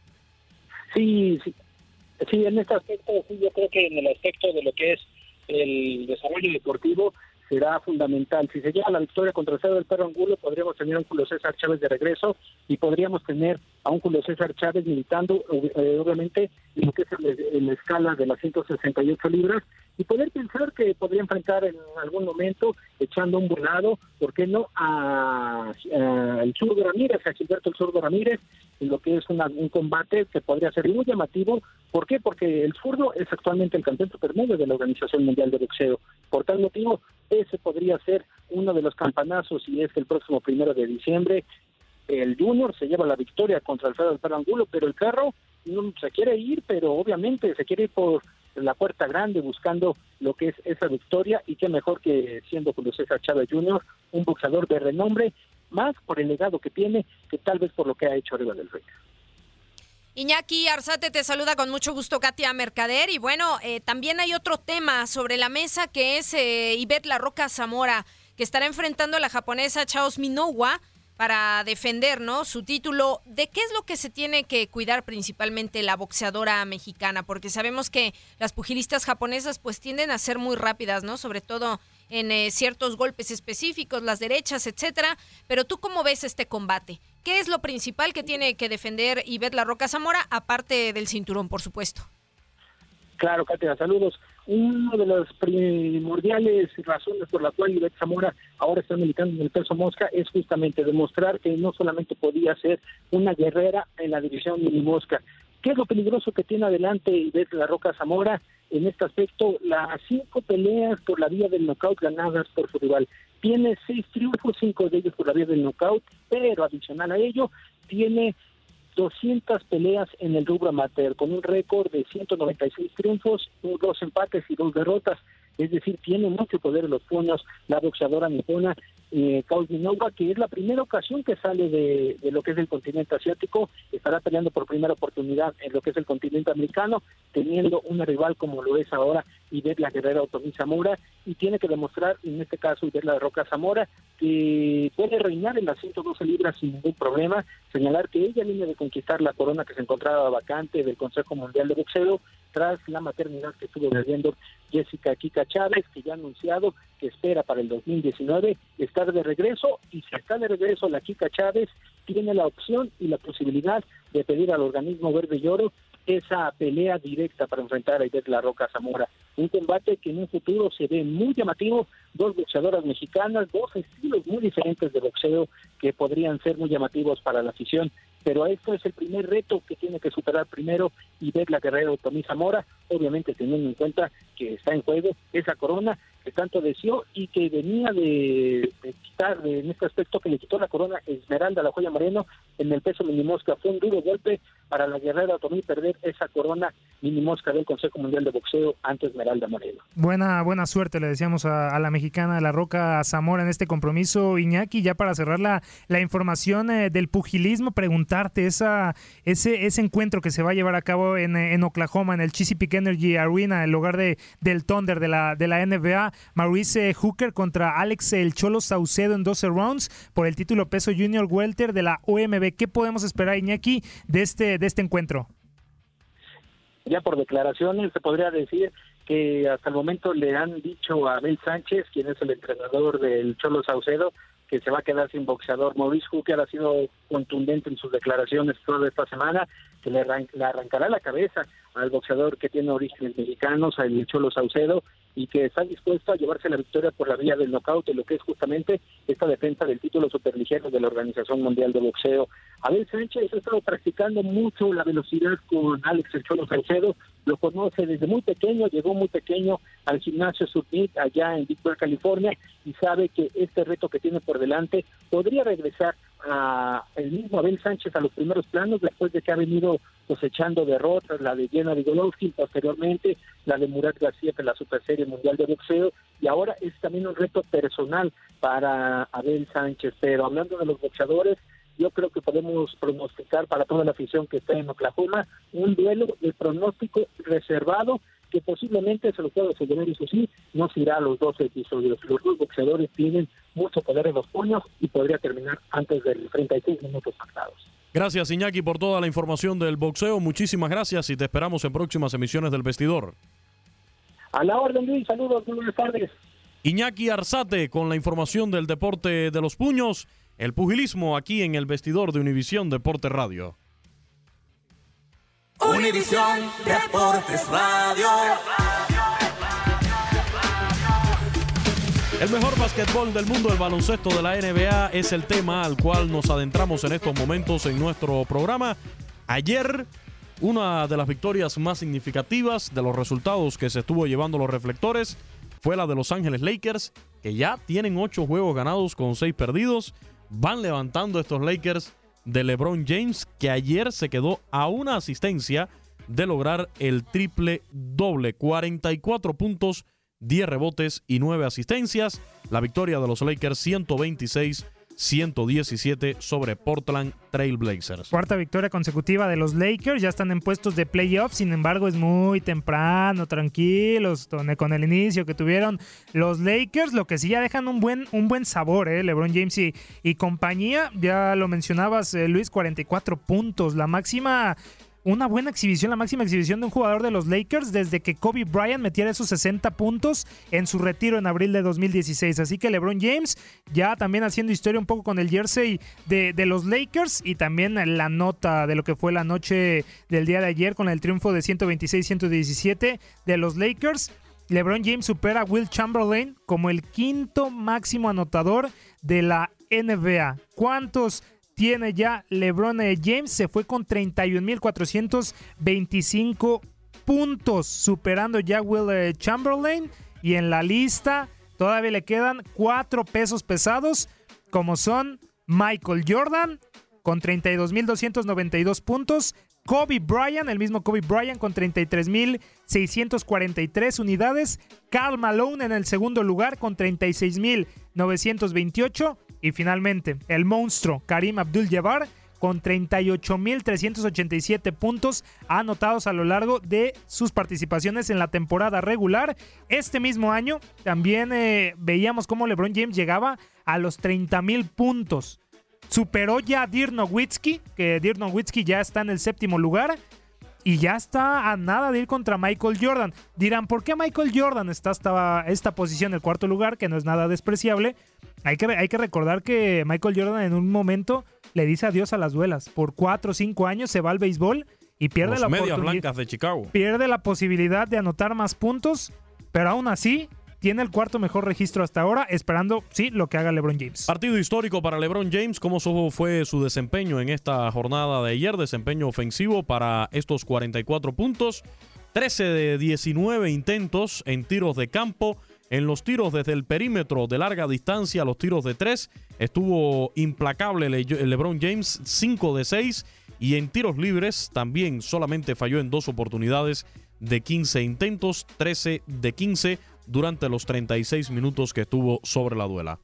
Sí, sí, sí, en este aspecto, sí, yo creo que en el aspecto de lo que es el desarrollo deportivo será fundamental. Si se llega a la victoria contra Alfredo del Perro Angulo, podríamos tener a un Julio César Chávez de regreso y podríamos tener a un Julio César Chávez militando, eh, obviamente, en lo que es en la escala de las ciento sesenta y ocho libras, y poder pensar que podría enfrentar en algún momento, echando un volado, ¿por qué no?, a, a el Zurdo Ramírez, a Gilberto el Zurdo Ramírez, en lo que es una, un combate que podría ser muy llamativo. ¿Por qué? Porque el Zurdo es actualmente el campeón supermedio de la Organización Mundial de Boxeo. Por tal motivo, ese podría ser uno de los campanazos, y es que el próximo primero de diciembre el Junior se lleva la victoria contra Alfredo del Perro Angulo, pero el Perro no se quiere ir, pero obviamente se quiere ir por la puerta grande buscando lo que es esa victoria, y qué mejor que siendo Julio César Chávez junior un boxeador de renombre, más por el legado que tiene que tal vez por lo que ha hecho arriba del ring. Iñaki Arzate te saluda con mucho gusto, Katia Mercader, y bueno, eh, también hay otro tema sobre la mesa que es eh, Ivette La Roca Zamora, que estará enfrentando a la japonesa Chaos Minowa para defender, ¿no?, su título. ¿De qué es lo que se tiene que cuidar principalmente la boxeadora mexicana? Porque sabemos que las pugilistas japonesas pues tienden a ser muy rápidas, ¿no?, sobre todo en eh, ciertos golpes específicos, las derechas, etcétera. Pero ¿tú cómo ves este combate? ¿Qué es lo principal que tiene que defender Ivette La Roca Zamora, aparte del cinturón, por supuesto? Claro, Katia, saludos. Una de las primordiales razones por la cual Ivette Zamora ahora está militando en el peso mosca es justamente demostrar que no solamente podía ser una guerrera en la división mini mosca. ¿Qué es lo peligroso que tiene adelante Ivette La Roca Zamora en este aspecto? Las cinco peleas por la vía del knockout ganadas por su rival. Tiene seis triunfos, cinco de ellos por la vía del knockout, pero adicional a ello tiene doscientas peleas en el rubro amateur, con un récord de ciento noventa y seis triunfos, dos empates y dos derrotas. es decir, tiene mucho poder en los puños la boxeadora nipona eh, Kausminova, que es la primera ocasión que sale de, de lo que es el continente asiático, estará peleando por primera oportunidad en lo que es el continente americano, teniendo una rival como lo es ahora Ivette la Guerrera Otomí Zamora, y tiene que demostrar, en este caso Ivette la Roca Zamora, que puede reinar en las ciento doce libras sin ningún problema, señalar que ella viene de conquistar la corona que se encontraba vacante del Consejo Mundial de Boxeo, tras la maternidad que estuvo viviendo Jessica Kika Chávez, que ya ha anunciado que espera para el dos mil diecinueve estar de regreso, y si está de regreso la Kika Chávez, tiene la opción y la posibilidad de pedir al organismo Verde y Oro esa pelea directa para enfrentar a Ivette la Roca Zamora. Un combate que en un futuro se ve muy llamativo, dos boxeadoras mexicanas, dos estilos muy diferentes de boxeo que podrían ser muy llamativos para la afición, pero esto es el primer reto que tiene que superar primero Ivette la Guerrera Otomí Zamora, obviamente teniendo en cuenta que está en juego esa corona que tanto deseó y que venía de, de quitar, de, en este aspecto que le quitó la corona Esmeralda La Joya Moreno en el peso minimosca. Fue un duro golpe para la Guerrera Otomí perder esa corona minimosca del Consejo Mundial de Boxeo ante Esmeralda Moreno. Buena, buena suerte, le decíamos a, a la mexicana La Roca Zamora en este compromiso. Iñaki, ya para cerrar la, la información eh, del pugilismo, preguntarte esa, ese, ese encuentro que se va a llevar a cabo en, en Oklahoma, en el Chesapeake Energy Arena, el hogar de, del Thunder de la, de la N B A. Maurice Hooker contra Alex El Cholo Saucedo en doce rounds por el título peso junior welter de la O M B. ¿Qué podemos esperar, Iñaki, de este, de este encuentro? Ya por declaraciones se podría decir que hasta el momento le han dicho a Abel Sánchez, quien es el entrenador del Cholo Saucedo, que se va a quedar sin boxeador. Maurice Hooker ha sido contundente en sus declaraciones toda esta semana, que le, arran- le arrancará la cabeza al boxeador que tiene orígenes mexicanos, al Cholo Saucedo, y que está dispuesto a llevarse la victoria por la vía del nocaut, en lo que es justamente esta defensa del título superligero de la Organización Mundial de Boxeo. Abel Sánchez ha estado practicando mucho la velocidad con Alex El Cholo Saucedo, lo conoce desde muy pequeño, llegó muy pequeño al gimnasio Submit allá en Big Bear, California, y sabe que este reto que tiene por delante podría regresar a el mismo Abel Sánchez a los primeros planos después de que ha venido cosechando derrotas, la de Gennady Golovkin, posteriormente la de Murat García en la Superserie Mundial de Boxeo, y ahora es también un reto personal para Abel Sánchez. Pero hablando de los boxeadores, yo creo que podemos pronosticar para toda la afición que está en Oklahoma un duelo de pronóstico reservado, que posiblemente, se lo puedo asegurar, eso sí, no se irá a los dos episodios. Los dos boxeadores tienen mucho poder en los puños y podría terminar antes de los treinta y seis minutos pactados. Gracias, Iñaki, por toda la información del boxeo. Muchísimas gracias y te esperamos en próximas emisiones del Vestidor. A la orden, Luis. Saludos, muy buenas tardes. Iñaki Arzate con la información del deporte de los puños, el pugilismo aquí en el Vestidor de Univisión Deporte Radio. Univisión Deportes Radio. El mejor básquetbol del mundo, el baloncesto de la N B A, es el tema al cual nos adentramos en estos momentos en nuestro programa. Ayer, una de las victorias más significativas de los resultados que se estuvo llevando los reflectores fue la de Los Ángeles Lakers, que ya tienen ocho juegos ganados con seis perdidos. Van levantando estos Lakers de LeBron James, que ayer se quedó a una asistencia de lograr el triple doble, cuarenta y cuatro puntos, diez rebotes y nueve asistencias. La victoria de los Lakers ciento veintiséis a ciento diecisiete sobre Portland Trail Blazers. Cuarta victoria consecutiva de los Lakers, ya están en puestos de playoffs, sin embargo es muy temprano, tranquilos con el inicio que tuvieron los Lakers, lo que sí ya dejan un buen, un buen sabor, ¿eh? LeBron James y, y compañía, ya lo mencionabas, eh, Luis, cuarenta y cuatro puntos, la máxima... Una buena exhibición, la máxima exhibición de un jugador de los Lakers desde que Kobe Bryant metiera esos sesenta puntos en su retiro en abril de dos mil dieciséis. Así que LeBron James ya también haciendo historia un poco con el jersey de, de los Lakers, y también la nota de lo que fue la noche del día de ayer con el triunfo de ciento veintiséis a ciento diecisiete de los Lakers. LeBron James supera a Will Chamberlain como el quinto máximo anotador de la N B A. ¿Cuántos tiene ya LeBron James? Se fue con treinta y un mil cuatrocientos veinticinco puntos, superando ya a Will Chamberlain. Y en la lista todavía le quedan cuatro pesos pesados, como son Michael Jordan con treinta y dos mil doscientos noventa y dos puntos, Kobe Bryant, el mismo Kobe Bryant con treinta y tres mil seiscientos cuarenta y tres unidades. Karl Malone en el segundo lugar con treinta y seis mil novecientos veintiocho. Y finalmente, el monstruo Karim Abdul-Jabbar con treinta y ocho mil trescientos ochenta y siete puntos anotados a lo largo de sus participaciones en la temporada regular. Este mismo año también eh, veíamos cómo LeBron James llegaba a los treinta mil puntos. Superó ya a Dirk Nowitzki, que Dirk Nowitzki ya está en el séptimo lugar y ya está a nada de ir contra Michael Jordan. Dirán, ¿por qué Michael Jordan está hasta esta posición, el cuarto lugar, que no es nada despreciable? Hay que, hay que recordar que Michael Jordan en un momento le dice adiós a las duelas. Por cuatro o cinco años se va al béisbol y pierde Los la medias oportunidad. blancas de Chicago. Pierde la posibilidad de anotar más puntos, pero aún así tiene el cuarto mejor registro hasta ahora, esperando, sí, lo que haga LeBron James. Partido histórico para LeBron James. ¿Cómo fue su desempeño en esta jornada de ayer? Desempeño ofensivo para estos cuarenta y cuatro puntos. trece de diecinueve intentos en tiros de campo. En los tiros desde el perímetro de larga distancia, los tiros de tres, estuvo implacable Le- LeBron James, cinco de seis. Y en tiros libres también solamente falló en dos oportunidades de quince intentos, trece de quince durante los treinta y seis minutos que estuvo sobre la duela.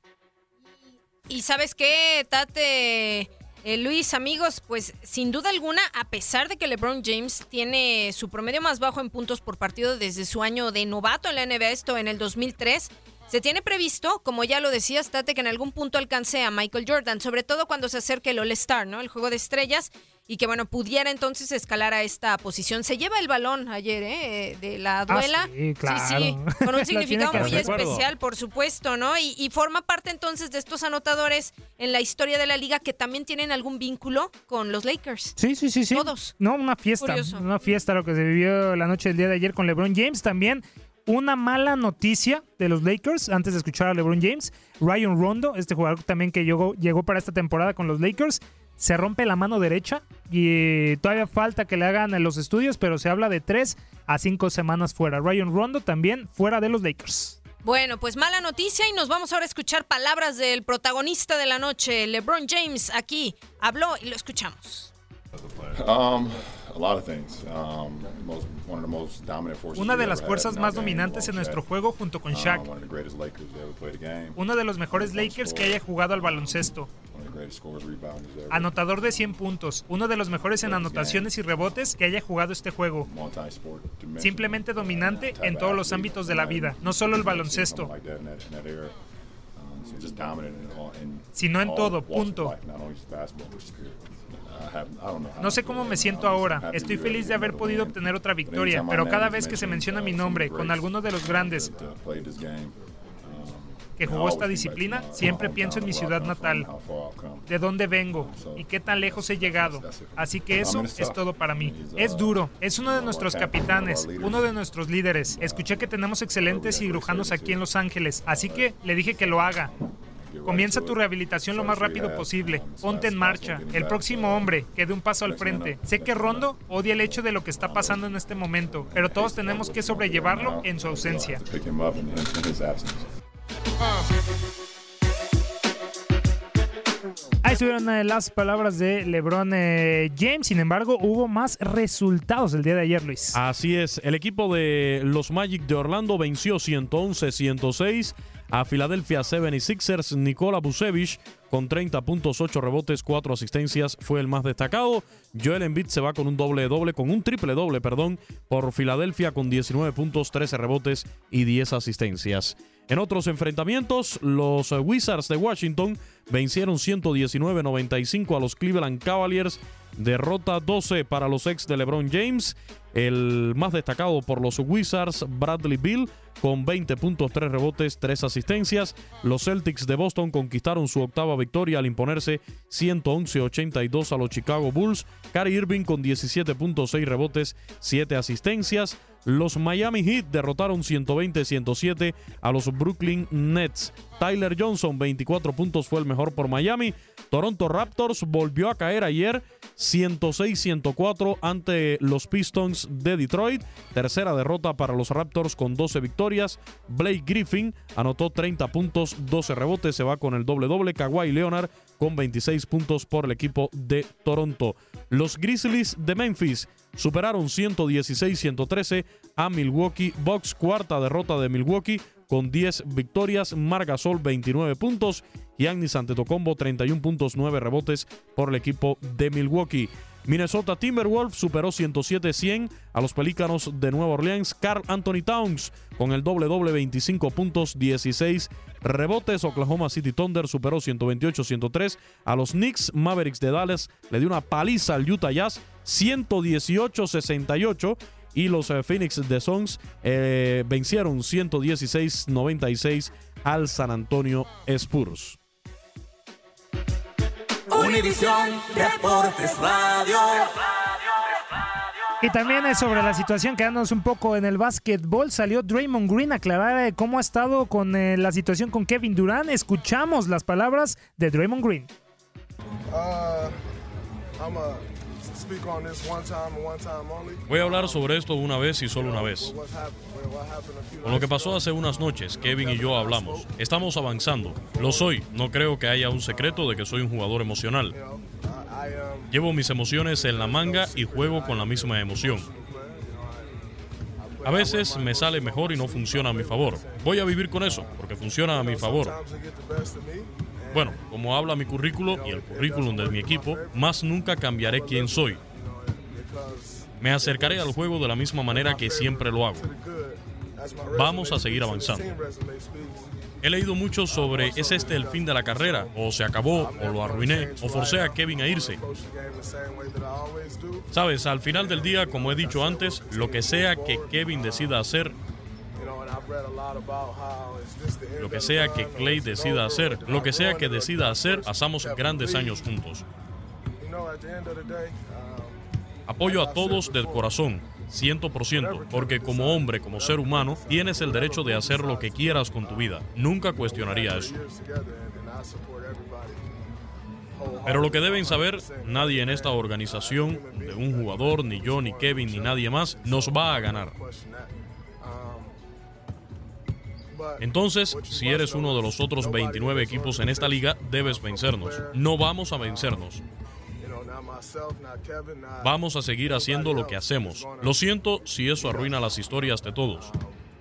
Y ¿sabes qué, Tate? Eh, Luis, amigos, pues sin duda alguna, a pesar de que LeBron James tiene su promedio más bajo en puntos por partido desde su año de novato en la N B A, esto en el dos mil tres, se tiene previsto, como ya lo decías, Tate, que en algún punto alcance a Michael Jordan, sobre todo cuando se acerque el All-Star, ¿no? El juego de estrellas, y que, bueno, pudiera entonces escalar a esta posición. Se lleva el balón ayer, ¿eh? De la duela. Ah, sí, claro. Sí, sí, con un significado muy hacer. especial, por supuesto, ¿no? Y, y forma parte entonces de estos anotadores en la historia de la liga que también tienen algún vínculo con los Lakers. Sí, sí, sí, sí. Todos. No, una fiesta. Curioso. Una fiesta lo que se vivió la noche del día de ayer con LeBron James. También una mala noticia de los Lakers, antes de escuchar a LeBron James. Rajon Rondo, este jugador también que llegó, llegó para esta temporada con los Lakers, se rompe la mano derecha y todavía falta que le hagan los estudios, pero se habla de tres a cinco semanas fuera. Rajon Rondo también fuera de los Lakers. Bueno, pues mala noticia y nos vamos ahora a escuchar palabras del protagonista de la noche, LeBron James, aquí habló y lo escuchamos. Um, a lot of things. Um, most, one of the most dominant forces Una de we las ever had fuerzas in más our game, dominantes en along nuestro Shaq. juego junto con Um, Shaq. one of the greatest Lakers to ever play the game. Uno de los mejores Lakers que haya jugado al baloncesto. One of the greatest scorers, rebounders ever. Anotador de cien puntos. Uno de los mejores en anotaciones y rebotes que haya jugado este juego. Multi-sport dimension. Simplemente dominante en todos los ámbitos de la vida. No solo el baloncesto, Like that in that- in that era. Um, so just dominant in all- in sino en all todo, walks of punto. life, not only just basketball, but just period. I have- I don't know how No sé to cómo feel. me siento I'm just ahora. happy Estoy to be feliz able de to haber win. podido obtener otra But victoria, anytime pero my cada name vez is que se mentioned, menciona mi uh, some nombre greats con alguno de los grandes that, uh, played this game, um, que I jugó always esta think back disciplina, to my- siempre my pienso en mi hometown, ciudad where I come from, natal, how far I've come. de dónde vengo y qué tan lejos he llegado. Así que eso es todo para mí. Es duro, es uno de nuestros capitanes, uno de nuestros líderes. Escuché que tenemos excelentes cirujanos aquí en Los Ángeles, así que le dije que lo haga. Comienza tu rehabilitación lo más rápido posible. Ponte en marcha. El próximo hombre que dé un paso al frente. Sé que Rondo odia el hecho de lo que está pasando en este momento, pero todos tenemos que sobrellevarlo en su ausencia. Pick him up in, in his absence. Ahí estuvieron eh, las palabras de LeBron eh, James. Sin embargo, hubo más resultados el día de ayer, Luis. Así es, el equipo de los Magic de Orlando venció ciento once a ciento seis a Philadelphia setenta y seis ers. Nikola Vucevic con treinta puntos, ocho rebotes, cuatro asistencias fue el más destacado. Joel Embiid se va con un doble doble, con un triple doble, perdón, por Filadelfia con diecinueve puntos, trece rebotes y diez asistencias. En otros enfrentamientos, los Wizards de Washington vencieron ciento diecinueve a noventa y cinco a los Cleveland Cavaliers. Derrota doce para los ex de LeBron James. El más destacado por los Wizards, Bradley Beal, con veinte puntos, tres rebotes, tres asistencias. Los Celtics de Boston conquistaron su octava victoria al imponerse ciento once a ochenta y dos a los Chicago Bulls. Kyrie Irving con diecisiete puntos, seis rebotes, siete asistencias. Los Miami Heat derrotaron ciento veinte a ciento siete a los Brooklyn Nets. Tyler Johnson, veinticuatro puntos, fue el mejor por Miami. Toronto Raptors volvió a caer ayer ciento seis a ciento cuatro ante los Pistons de Detroit. Tercera derrota para los Raptors con doce victorias. Blake Griffin anotó treinta puntos, doce rebotes, se va con el doble-doble. Kawhi Leonard con veintiséis puntos por el equipo de Toronto. Los Grizzlies de Memphis superaron ciento dieciséis a ciento trece a Milwaukee Bucks. Cuarta derrota de Milwaukee con diez victorias. Marc Gasol, veintinueve puntos. Giannis Antetokounmpo, treinta y un puntos, nueve rebotes por el equipo de Milwaukee. Minnesota Timberwolves superó ciento siete a cien a los Pelícanos de Nueva Orleans. Karl Anthony Towns con el doble-doble, veinticinco puntos, dieciséis rebotes. Oklahoma City Thunder superó ciento veintiocho a ciento tres a los Knicks. Mavericks de Dallas le dio una paliza al Utah Jazz, ciento dieciocho a sesenta y ocho. Y los eh, Phoenix de Suns eh, vencieron ciento dieciséis a noventa y seis al San Antonio Spurs. Univisión Deportes Radio. Y también es sobre la situación, quedándonos un poco en el básquetbol, salió Draymond Green a aclarar cómo ha estado con eh, la situación con Kevin Durant. Escuchamos las palabras de Draymond Green. Uh, I'm a... Voy a hablar sobre esto una vez y solo una vez. Con lo que pasó hace unas noches, Kevin y yo hablamos. Estamos avanzando. Lo soy. No creo que haya un secreto de que soy un jugador emocional. Llevo mis emociones en la manga y juego con la misma emoción. A veces me sale mejor y no funciona a mi favor. Voy a vivir con eso, porque funciona a mi favor. Bueno, como habla mi currículo y el currículum de mi equipo, más nunca cambiaré quién soy. Me acercaré al juego de la misma manera que siempre lo hago. Vamos a seguir avanzando. He leído mucho sobre ¿es este el fin de la carrera? O se acabó, o lo arruiné, o forcé a Kevin a irse. Sabes, al final del día, como he dicho antes, lo que sea que Kevin decida hacer, lo que sea que Klay decida hacer, lo que sea que decida hacer, pasamos grandes años juntos. Apoyo a todos del corazón, cien por ciento, porque como hombre, como ser humano, tienes el derecho de hacer lo que quieras con tu vida. Nunca cuestionaría eso. Pero lo que deben saber, nadie en esta organización, de un jugador, ni yo, ni Kevin, ni nadie más, nos va a ganar. Entonces, si eres uno de los otros veintinueve equipos en esta liga, debes vencernos. No vamos a vencernos. Vamos a seguir haciendo lo que hacemos. Lo siento si eso arruina las historias de todos.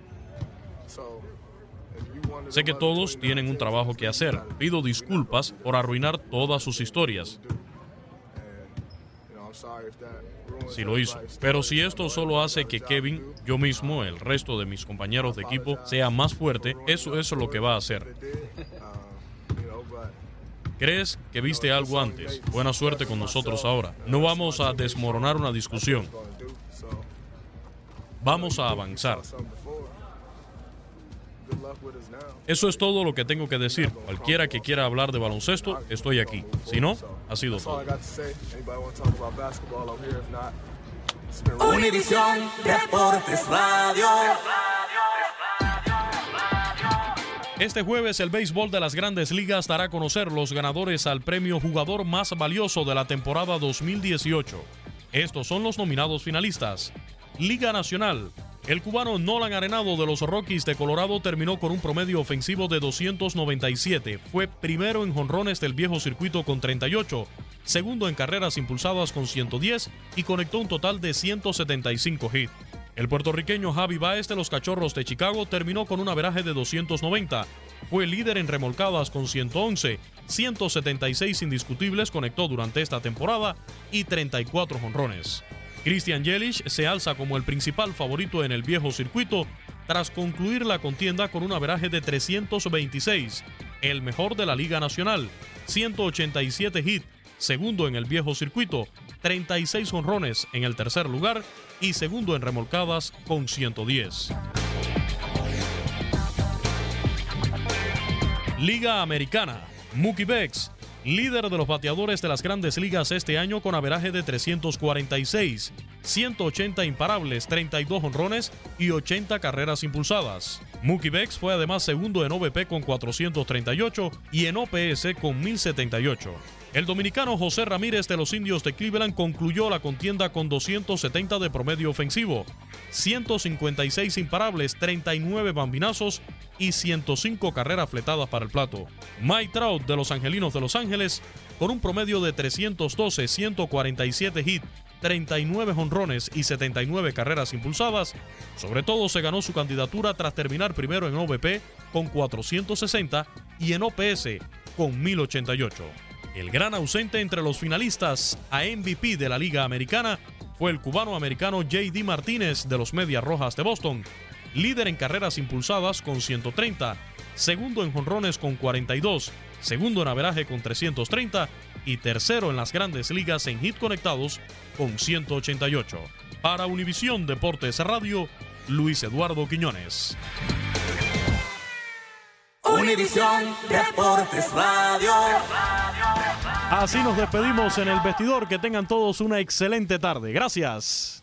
Sé que todos tienen un trabajo que hacer. Pido disculpas por arruinar todas sus historias. Si lo hizo. Pero si esto solo hace que Kevin, yo mismo, el resto de mis compañeros de equipo, sea más fuerte, eso es lo que va a hacer. ¿Crees que viste algo antes? Buena suerte con nosotros ahora. No vamos a desmoronar una discusión. Vamos a avanzar. Eso es todo lo que tengo que decir. Cualquiera que quiera hablar de baloncesto, estoy aquí. Si no, ha sido todo. Univisión Deportes Radio. Este jueves el béisbol de las Grandes Ligas dará a conocer los ganadores al premio Jugador Más Valioso de la temporada dos mil dieciocho. Estos son los nominados finalistas. Liga Nacional. El cubano Nolan Arenado de los Rockies de Colorado terminó con un promedio ofensivo de doscientos noventa y siete. Fue primero en jonrones del viejo circuito con treinta y ocho, segundo en carreras impulsadas con ciento diez y conectó un total de ciento setenta y cinco hits. El puertorriqueño Javi Baez de los Cachorros de Chicago terminó con un averaje de doscientos noventa. Fue líder en remolcadas con ciento once, ciento setenta y seis indiscutibles conectó durante esta temporada y treinta y cuatro jonrones. Christian Yelich se alza como el principal favorito en el viejo circuito tras concluir la contienda con un averaje de trescientos veintiséis, el mejor de la Liga Nacional, ciento ochenta y siete hits, segundo en el viejo circuito, treinta y seis jonrones en el tercer lugar y segundo en remolcadas con ciento diez. Liga Americana. Mookie Betts, líder de los bateadores de las Grandes Ligas este año con averaje de trescientos cuarenta y seis, ciento ochenta imparables, treinta y dos jonrones y ochenta carreras impulsadas. Mookie Betts fue además segundo en O V P con cuatrocientos treinta y ocho y en O P S con mil setenta y ocho. El dominicano José Ramírez de los Indios de Cleveland concluyó la contienda con doscientos setenta de promedio ofensivo, ciento cincuenta y seis imparables, treinta y nueve bambinazos y ciento cinco carreras fletadas para el plato. Mike Trout de los Angelinos de Los Ángeles, con un promedio de trescientos doce, ciento cuarenta y siete hits, treinta y nueve jonrones y setenta y nueve carreras impulsadas, sobre todo se ganó su candidatura tras terminar primero en O V P con cuatrocientos sesenta y en O P S con mil ochenta y ocho. El gran ausente entre los finalistas a M V P de la Liga Americana fue el cubano-americano J D Martínez de los Medias Rojas de Boston, líder en carreras impulsadas con ciento treinta, segundo en jonrones con cuarenta y dos, segundo en averaje con trescientos treinta y tercero en las Grandes Ligas en hits conectados con ciento ochenta y ocho. Para Univisión Deportes Radio, Luis Eduardo Quiñones. Univisión Deportes Radio. Así nos despedimos en el vestidor. Que tengan todos una excelente tarde. Gracias.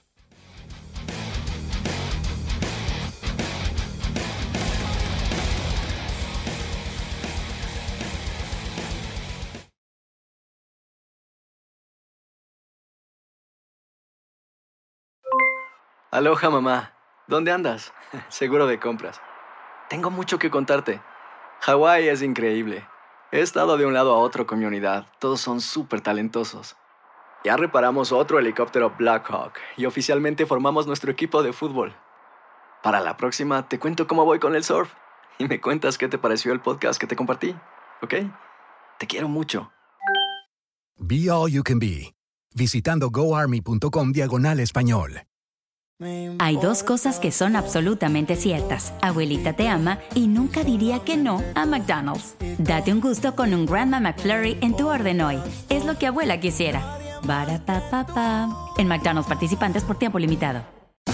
Aloha, mamá. ¿Dónde andas? Seguro de compras. Tengo mucho que contarte. Hawái es increíble. He estado de un lado a otro con mi unidad. Todos son súper talentosos. Ya reparamos otro helicóptero Blackhawk y oficialmente formamos nuestro equipo de fútbol. Para la próxima te cuento cómo voy con el surf y me cuentas qué te pareció el podcast que te compartí, ¿ok? Te quiero mucho. Be All You Can Be. Visitando goarmy.com diagonal español. Hay dos cosas que son absolutamente ciertas. Abuelita te ama y nunca diría que no a McDonald's. Date un gusto con un Grandma McFlurry en tu orden hoy. Es lo que abuela quisiera. Ba-da-pa-pa-pa. En McDonald's participantes por tiempo limitado.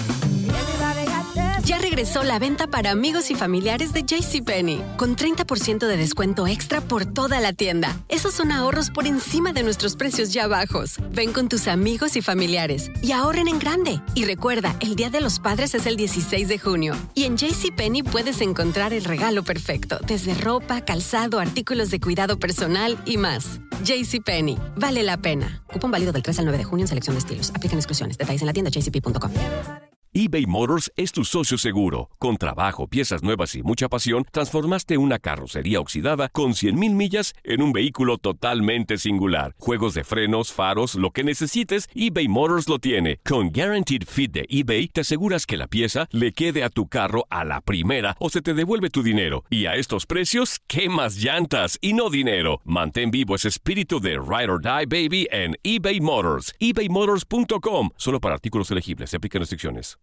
Ya regresó la venta para amigos y familiares de JCPenney, con treinta por ciento de descuento extra por toda la tienda. Esos son ahorros por encima de nuestros precios ya bajos. Ven con tus amigos y familiares y ahorren en grande. Y recuerda, el Día de los Padres es el dieciséis de junio. Y en JCPenney puedes encontrar el regalo perfecto, desde ropa, calzado, artículos de cuidado personal y más. JCPenney, vale la pena. Cupón válido del tres al nueve de junio en selección de estilos. Aplican exclusiones. Detalles en la tienda j c p punto com. eBay Motors es tu socio seguro. Con trabajo, piezas nuevas y mucha pasión, transformaste una carrocería oxidada con cien mil millas en un vehículo totalmente singular. Juegos de frenos, faros, lo que necesites, eBay Motors lo tiene. Con Guaranteed Fit de eBay, te aseguras que la pieza le quede a tu carro a la primera o se te devuelve tu dinero. Y a estos precios, ¿qué más llantas y no dinero? Mantén vivo ese espíritu de Ride or Die, baby, en eBay Motors. ebay motors punto com. Solo para artículos elegibles. Se aplican restricciones.